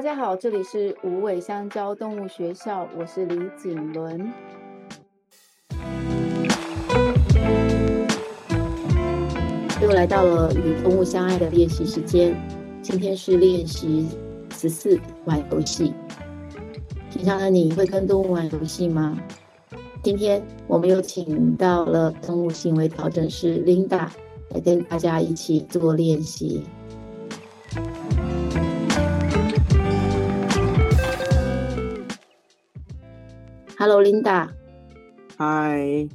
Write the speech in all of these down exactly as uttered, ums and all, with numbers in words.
家好，这里是无尾香蕉动物学校，我是李瑾伦。又来到了与动物相爱的练习时间，今天是练习十四，玩游戏。平常的你会跟动物玩游戏吗？今天我们又请到了动物行为调整师 Linda 来跟大家一起做练习。Hello Linda。 嗨。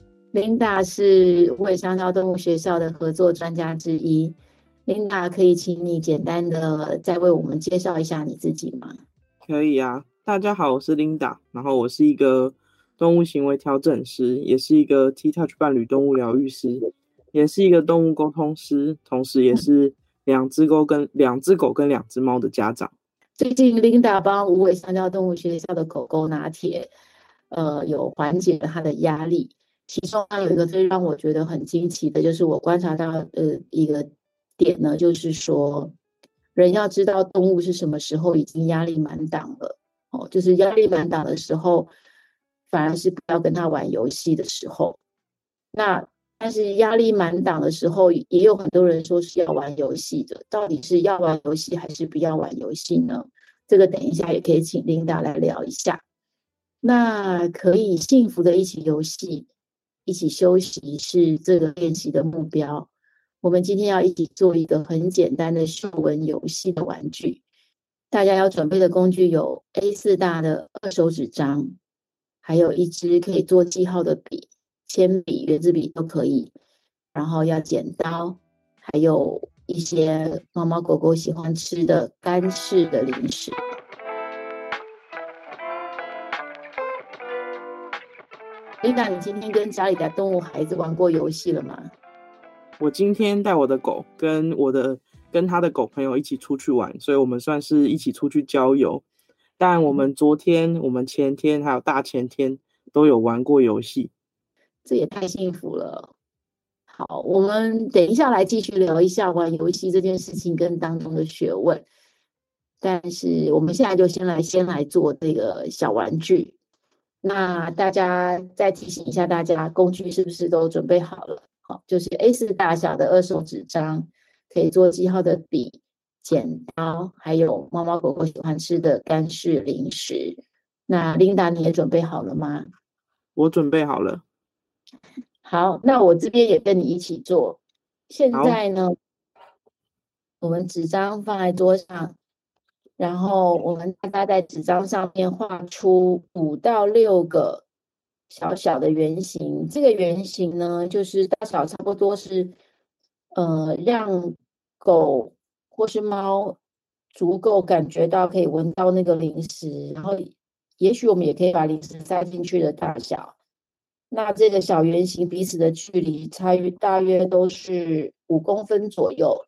Linda 是无尾香蕉动物学校的合作专家之一。 Linda 可以请你简单的再为我们介绍一下你自己吗？ 可以啊，大家好，我是 Linda， 然后我是一个动物行为调整师，也是一个 T-Touch 伴侣动物疗愈师，也是一个动物沟通师，同时也是两只狗跟两只狗跟两只猫的家长。 最近 Linda 帮无尾香蕉动物学校的狗狗拿铁呃，有缓解了它的压力。其中呢有一个最让我觉得很惊奇的，就是我观察到的一个点呢，就是说人要知道动物是什么时候已经压力满档了、哦、就是压力满档的时候反而是不要跟他玩游戏的时候。那但是压力满档的时候也有很多人说是要玩游戏的，到底是要玩游戏还是不要玩游戏呢？这个等一下也可以请 Linda 来聊一下。那可以幸福的一起游戏，一起休息是这个练习的目标。我们今天要一起做一个很简单的嗅闻游戏的玩具。大家要准备的工具有 A 四 大的二手纸张，还有一支可以做记号的笔，铅笔、圆珠笔都可以，然后要剪刀，还有一些猫猫狗狗喜欢吃的干式的零食。Linda， 你今天跟家里的动物孩子玩过游戏了吗？ 我今天带我的狗跟我的跟他的狗朋友一起出去玩，所以我们算是一起出去郊游。但我们昨天、我们前天还有大前天都有玩过游戏。 这也太幸福了。好，我们等一下来继续聊一下玩游戏这件事情跟当中的学问。但是我们现在就先来先来做这个小玩具。那大家再提醒一下大家，工具是不是都准备好了？好，就是 A 四 大小的二手纸张，可以做记号的笔、剪刀，还有猫猫狗狗喜欢吃的干式零食。那 Linda 你也准备好了吗？ 我准备好了。 好，那我这边也跟你一起做。现在呢，我们纸张放在桌上，然后我们大家在纸张上面画出五到六个小小的圆形。这个圆形呢，就是大小差不多是呃，让狗或是猫足够感觉到可以闻到那个零食，然后也许我们也可以把零食塞进去的大小。那这个小圆形彼此的距离差约大约都是五公分左右。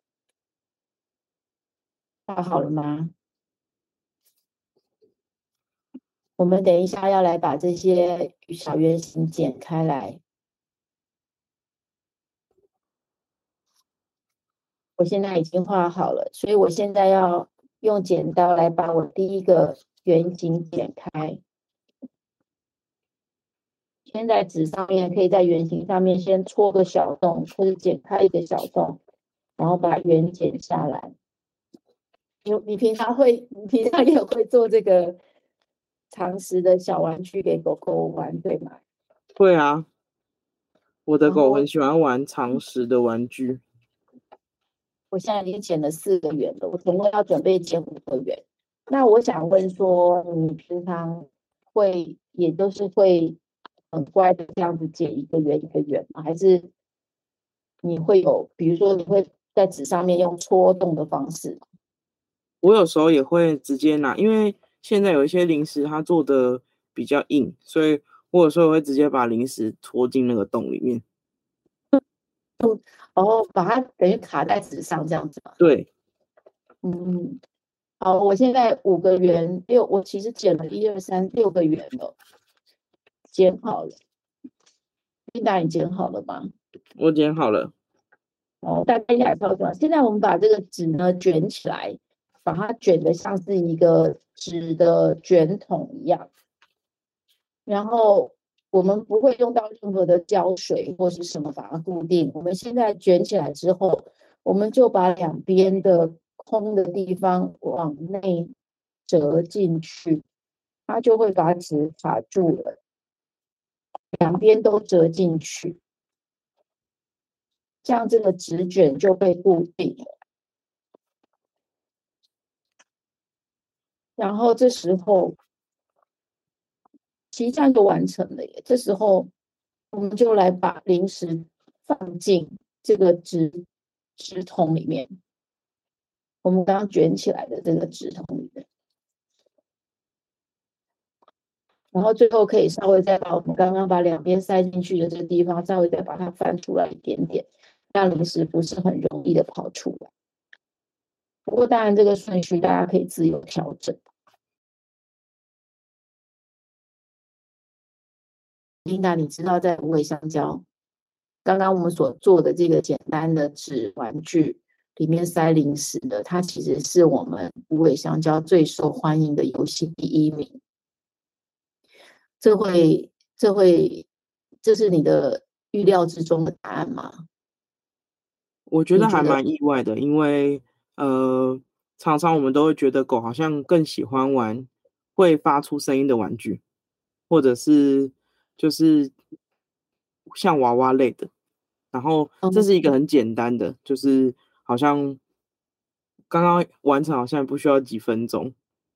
画好了吗？我们等一下要来把这些小圆形剪开来。我现在已经画好了，所以我现在要用剪刀来把我第一个圆形剪开。先在纸上面，可以在圆形上面先戳个小洞，或者剪开一个小洞，然后把圆剪下来。你你平常会，你平常也会做这个常识的小玩具给狗狗玩，对吗？ 会啊，我的狗很喜欢玩常识的玩具。 我现在已经剪了四个圆了，我总共要准备剪五个圆。那我想问说，你平常会，也就是会很乖的这样子剪一个圆一个圆吗？还是你会有，比如说你会在纸上面用戳洞的方式？ 我有时候也会直接拿，因为现在有一些零食它做的比较硬，所以我有时候会直接把零食戳进那个洞里面。 然后把它等于卡在纸上这样子嘛？ 对。 嗯，好，我现在五个圆，六，我其实剪了一二三六个圆了，剪好了。Linda，你剪好了吗？ 我剪好了。 哦，大概一百超短。现在我们把这个纸呢卷起来， 把它卷得像是一个纸的卷筒一样，然后我们不会用到任何的胶水或是什么把它固定。我们现在卷起来之后，我们就把两边的空的地方往内折进去，它就会把纸卡住了，两边都折进去，这样这个纸卷就被固定了。然后这时候其实这样就完成了耶。这时候我们就来把零食放进这个纸纸筒里面，我们刚刚卷起来的这个纸筒里面，然后最后可以稍微再把我们刚刚把两边塞进去的这个地方稍微再把它翻出来一点点，让零食不是很容易的跑出来。不过当然这个顺序大家可以自由调整。琳达，你知道在无尾香蕉刚刚我们所做的这个简单的纸玩具里面塞零食的，它其实是我们无尾香蕉最受欢迎的游戏第一名。这会这会这是你的预料之中的答案吗？ 我觉得还蛮意外的，因为呃，常常我们都会觉得狗好像更喜欢玩会发出声音的玩具，或者是就是像娃娃类的。然后这是一个很简单的，就是好像刚刚完成，好像不需要几分钟。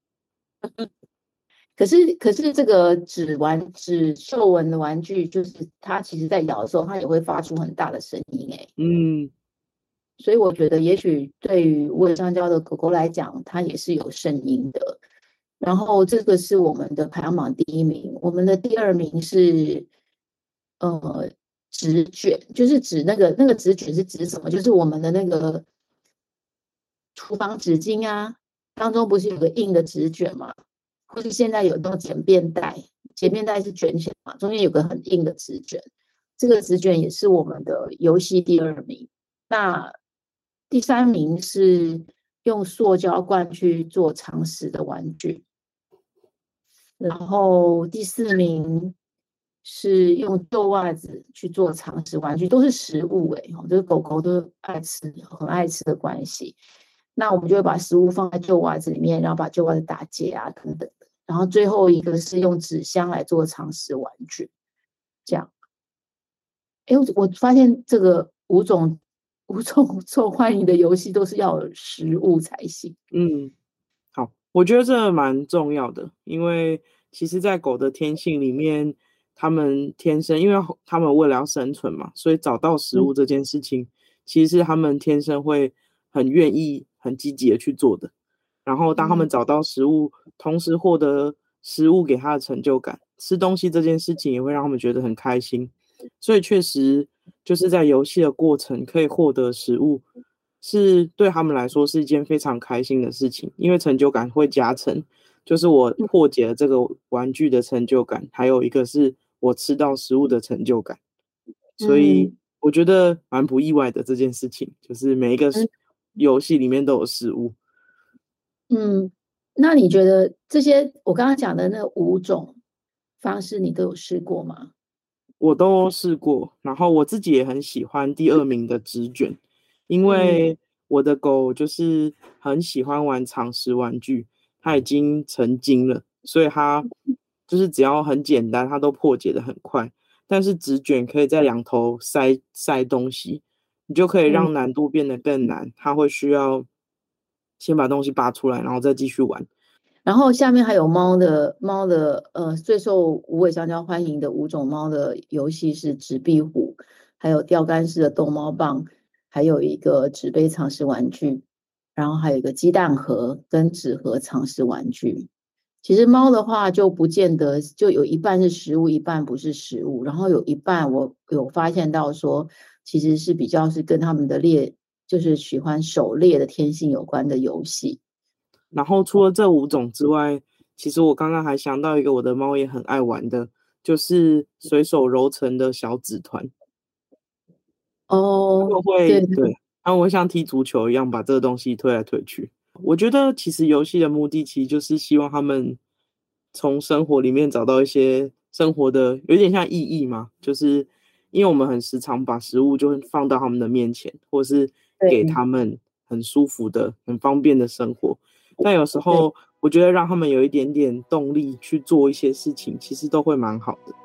可是可是这个纸玩纸皱纹的玩具，就是它其实在咬的时候，它也会发出很大的声音哎。 嗯。 所以我觉得，也许对于无尾香蕉的狗狗来讲，它也是有声音的。然后这个是我们的排行榜第一名，我们的第二名是呃纸卷，就是指那个那个纸卷是指什么？就是我们的那个厨房纸巾啊，当中不是有个硬的纸卷吗？或是现在有那种简便袋，简便袋是卷起来嘛，中间有个很硬的纸卷，这个纸卷也是我们的游戏第二名。那第三名是用塑胶罐去做常识的玩具，然后第四名是用旧袜子去做常识玩具，都是食物哎、欸，就是狗狗都爱吃，很爱吃的关系。那我们就会把食物放在旧袜子里面，然后把旧袜子打结啊等等的。然后最后一个是用纸箱来做常识玩具，这样。哎，我发现这个五种五种受欢迎的游戏都是要有食物才行。 嗯，好，我觉得这蛮重要的，因为其实，在狗的天性里面，它们天生，因为它们为了要生存嘛，所以找到食物这件事情，嗯、其实是它们天生会很愿意、很积极的去做的。然后，当他们找到食物，嗯、同时获得食物给他的成就感，吃东西这件事情也会让他们觉得很开心。所以，确实就是在游戏的过程可以获得食物。是对他们来说是一件非常开心的事情，因为成就感会加成，就是我破解了这个玩具的成就感，还有一个是我吃到食物的成就感，所以我觉得蛮不意外的这件事情，就是每一个游戏里面都有食物。 嗯，那你觉得这些我刚刚讲的那五种方式，你都有试过吗？ 我都试过，然后我自己也很喜欢第二名的纸卷。因为我的狗就是很喜欢玩常识玩具，它已经成精了，所以它就是只要很简单，它都破解的很快。但是纸卷可以在两头塞塞东西，你就可以让难度变得更难。它会需要先把东西拔出来，然后再继续玩。 然后下面还有猫的猫的呃最受无尾香蕉欢迎的五种猫的游戏是纸壁虎，还有钓竿式的逗猫棒，还有一个纸杯藏食玩具，然后还有一个鸡蛋盒跟纸盒藏食玩具。其实猫的话就不见得就有一半是食物，一半不是食物，然后有一半我有发现到说其实是比较是跟他们的猎就是喜欢狩猎的天性有关的游戏。 然后除了这五种之外，其实我刚刚还想到一个我的猫也很爱玩的，就是随手揉成的小纸团。 哦， 会对对，然后我会像踢足球一样把这个东西推来推去。 我觉得其实游戏的目的其实就是希望他们从生活里面找到一些生活的有点像意义嘛，就是因为我们很时常把食物就放到他们的面前，或是给他们很舒服的很方便的生活，但有时候我觉得让他们有一点点动力去做一些事情，其实都会蛮好的。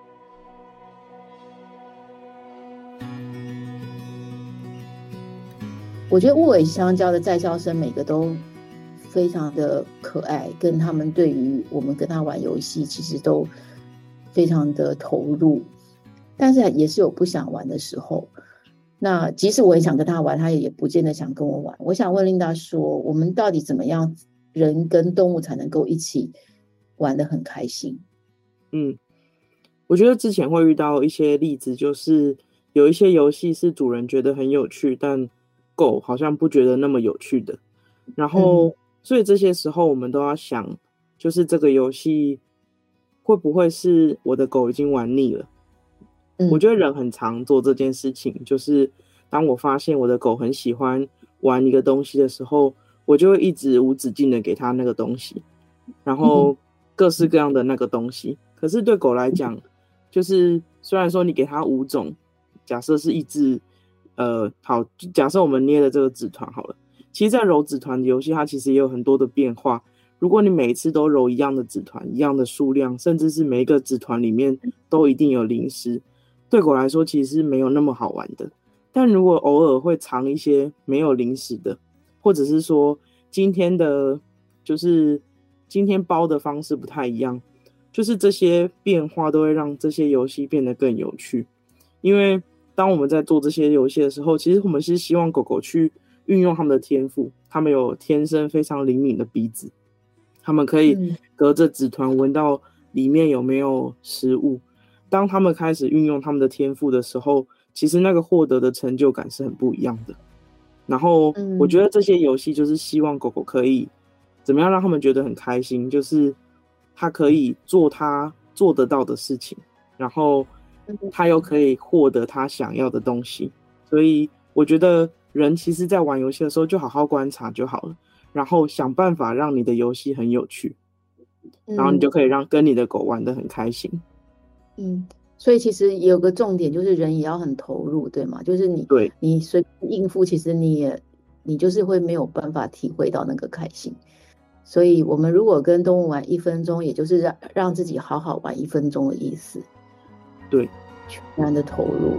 我觉得雾尾香蕉的在校生每个都非常的可爱，跟他们对于我们跟他玩游戏其实都非常的投入，但是也是有不想玩的时候。那即使我也想跟他玩，他也不见得想跟我玩。我想问琳达说，我们到底怎么样人跟动物才能够一起玩得很开心？ 嗯，我觉得之前会遇到一些例子，就是有一些游戏是主人觉得很有趣，但狗好像不觉得那么有趣的。然后、嗯、所以这些时候我们都要想，就是这个游戏会不会是我的狗已经玩腻了、嗯、我觉得人很常做这件事情，就是当我发现我的狗很喜欢玩一个东西的时候，我就会一直无止境的给它那个东西，然后各式各样的那个东西。可是对狗来讲，就是虽然说你给它五种，假设是一只呃，好，假设我们捏了这个纸团好了，其实在揉纸团的游戏它其实也有很多的变化，如果你每一次都揉一样的纸团，一样的数量，甚至是每一个纸团里面都一定有零食，对狗来说其实是没有那么好玩的。但如果偶尔会藏一些没有零食的，或者是说今天的就是今天包的方式不太一样，就是这些变化都会让这些游戏变得更有趣。因为当我们在做这些游戏的时候，其实我们是希望狗狗去运用他们的天赋，他们有天生非常灵敏的鼻子，他们可以隔着纸团闻到里面有没有食物。当他们开始运用他们的天赋的时候，其实那个获得的成就感是很不一样的。然后我觉得这些游戏就是希望狗狗可以怎么样让他们觉得很开心，就是他可以做他做得到的事情，然后他又可以获得他想要的东西。所以我觉得人其实在玩游戏的时候就好好观察就好了，然后想办法让你的游戏很有趣，然后你就可以让跟你的狗玩得很开心。 嗯，所以其实有个重点就是人也要很投入，对吗？就是你对你随便应付，其实你也你就是会没有办法体会到那个开心。所以我们如果跟动物玩一分钟，也就是让让自己好好玩一分钟的意思。 对， 全然的投入。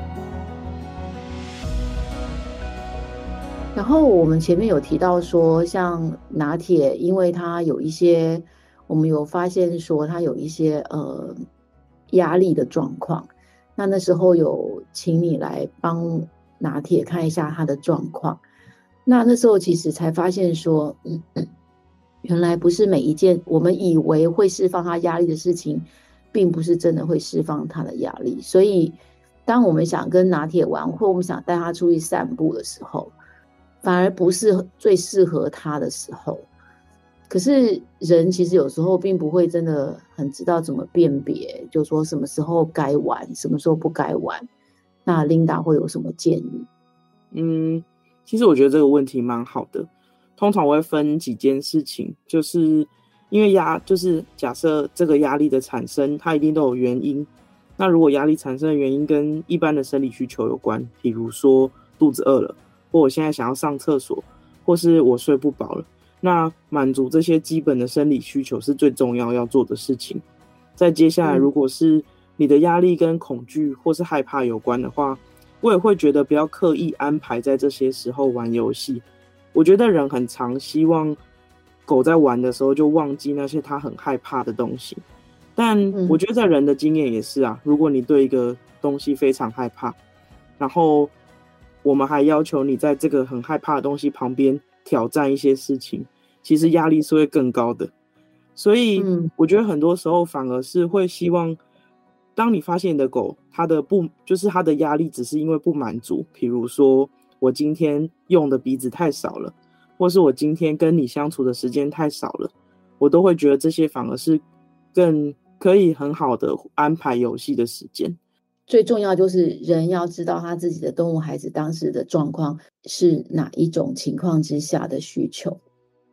然后我们前面有提到说，像拿铁，因为它有一些，我们有发现说它有一些呃压力的状况。那那时候有请你来帮拿铁看一下他的状况。那那时候其实才发现说，嗯，原来不是每一件我们以为会释放他压力的事情，并不是真的会释放他的压力。所以当我们想跟拿铁玩，或我们想带他出去散步的时候，反而不是最适合他的时候。可是人其实有时候并不会真的很知道怎么辨别，就说什么时候该玩，什么时候不该玩。那琳达会有什么建议？ 嗯，其实我觉得这个问题蛮好的。通常我会分几件事情，就是因为压，就是假设这个压力的产生，它一定都有原因。那如果压力产生的原因跟一般的生理需求有关，比如说肚子饿了，或我现在想要上厕所，或是我睡不饱了，那满足这些基本的生理需求是最重要要做的事情。再接下来，如果是你的压力跟恐惧或是害怕有关的话，我也会觉得不要刻意安排在这些时候玩游戏。我觉得人很常希望狗在玩的时候就忘记那些他很害怕的东西，但我觉得在人的经验也是啊，如果你对一个东西非常害怕，然后我们还要求你在这个很害怕的东西旁边挑战一些事情，其实压力是会更高的。所以我觉得很多时候反而是会希望，当你发现你的狗它的不就是它的压力只是因为不满足，比如说我今天用的鼻子太少了，或是我今天跟你相处的时间太少了，我都会觉得这些反而是更可以很好的安排游戏的时间。 最重要就是人要知道他自己的动物孩子当时的状况是哪一种情况之下的需求。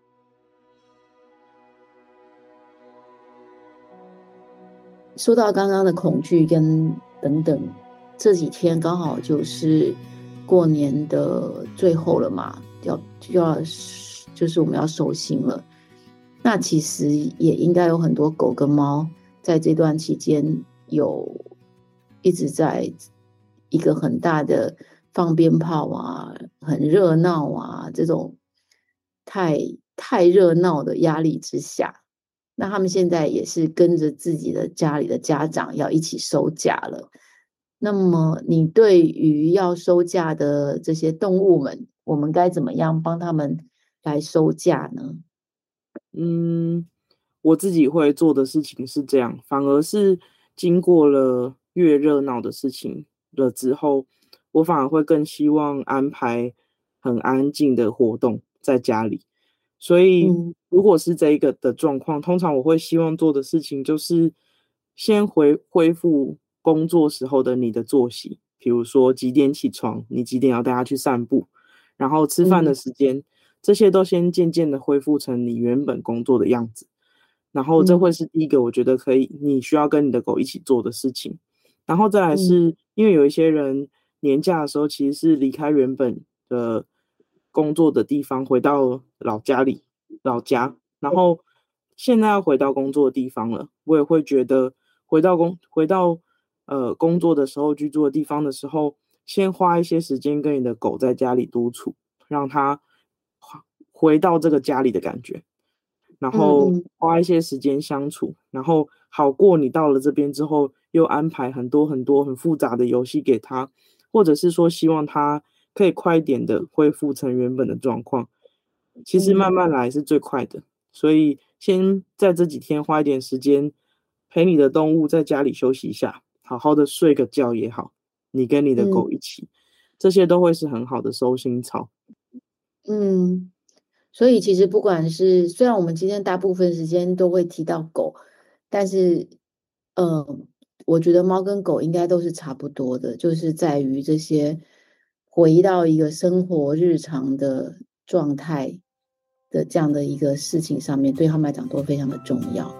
说到刚刚的恐惧跟等等，这几天刚好就是过年的最后了嘛，要就要就是我们要收心了。那其实也应该有很多狗跟猫在这段期间有一直在一个很大的放鞭炮啊，很热闹啊，这种太太热闹的压力之下。那他们现在也是跟着自己的家里的家长要一起收假了。那么你对于要收假的这些动物们，我们该怎么样帮他们来收假呢？ 嗯，我自己会做的事情是这样，反而是经过了越热闹的事情了之后，我反而会更希望安排很安静的活动在家里。所以， 嗯如果是这一个的状况，通常我会希望做的事情就是先回恢复工作时候的你的作息，比如说几点起床，你几点要带他去散步，然后吃饭的嗯时间，这些都先渐渐的恢复成你原本工作的样子。然后这会嗯是第一个我觉得可以你需要跟你的狗一起做的事情。然后再来嗯是因为有一些人年假的时候其实是离开原本的工作的地方回到老家里老家，然后现在要回到工作的地方了，我也会觉得回到工回到呃工作的时候居住的地方的时候，先花一些时间跟你的狗在家里独处，让它回到这个家里的感觉。然后嗯嗯花一些时间相处，然后好过你到了这边之后，又安排很多很多很复杂的游戏给他，或者是说希望他可以快一点的恢复成原本的状况。其实慢嗯慢来是最快的，所以先在这几天花一点时间陪你的动物在家里休息一下，好好的睡个觉也好，你跟你的嗯狗一起，这些都会是很好的收心操。 嗯，所以其实不管是虽然我们今天大部分时间都会提到狗，但是，嗯，我觉得猫跟狗应该都是差不多的，就是在于这些回到一个生活日常的状态的这样的一个事情上面，对他们来讲都非常的重要。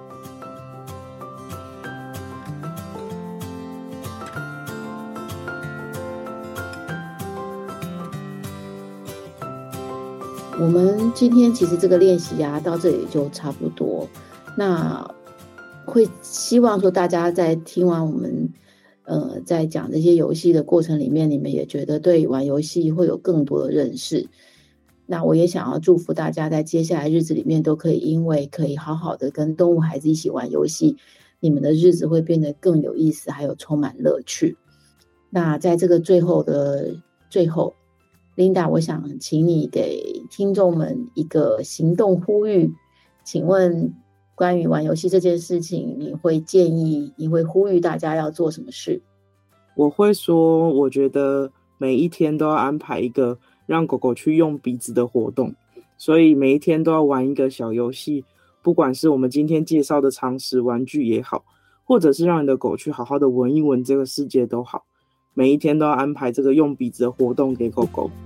我们今天其实这个练习啊，到这里就差不多。那会希望说大家在听完我们呃在讲这些游戏的过程里面，你们也觉得对玩游戏会有更多的认识。那我也想要祝福大家在接下来日子里面都可以，因为可以好好的跟动物孩子一起玩游戏，你们的日子会变得更有意思，还有充满乐趣。那在这个最后的最后，Linda，我想请你给听众们一个行动呼吁。请问，关于玩游戏这件事情，你会建议、你会呼吁大家要做什么事？ 我会说，我觉得每一天都要安排一个让狗狗去用鼻子的活动，所以每一天都要玩一个小游戏，不管是我们今天介绍的常识玩具也好，或者是让你的狗去好好的闻一闻这个世界都好，每一天都要安排这个用鼻子的活动给狗狗。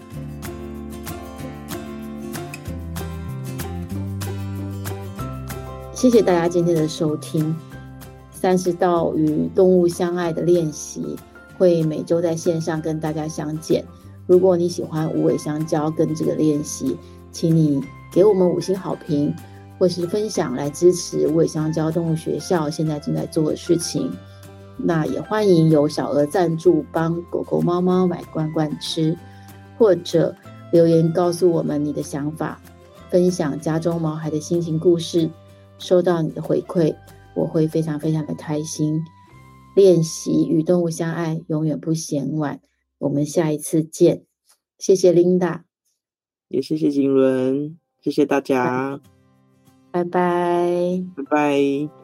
谢谢大家今天的收听。三十道与动物相爱的练习会每周在线上跟大家相见。如果你喜欢无尾香蕉跟这个练习，请你给我们五星好评，或是分享来支持无尾香蕉动物学校现在正在做的事情。那也欢迎有小额赞助帮狗狗猫猫买罐罐吃，或者留言告诉我们你的想法，分享家中毛孩的心情故事。收到你的回馈，我会非常非常的开心。练习与动物相爱，永远不嫌晚。我们下一次见。谢谢 Linda， 也谢谢景伦，谢谢大家， 拜拜。 拜拜。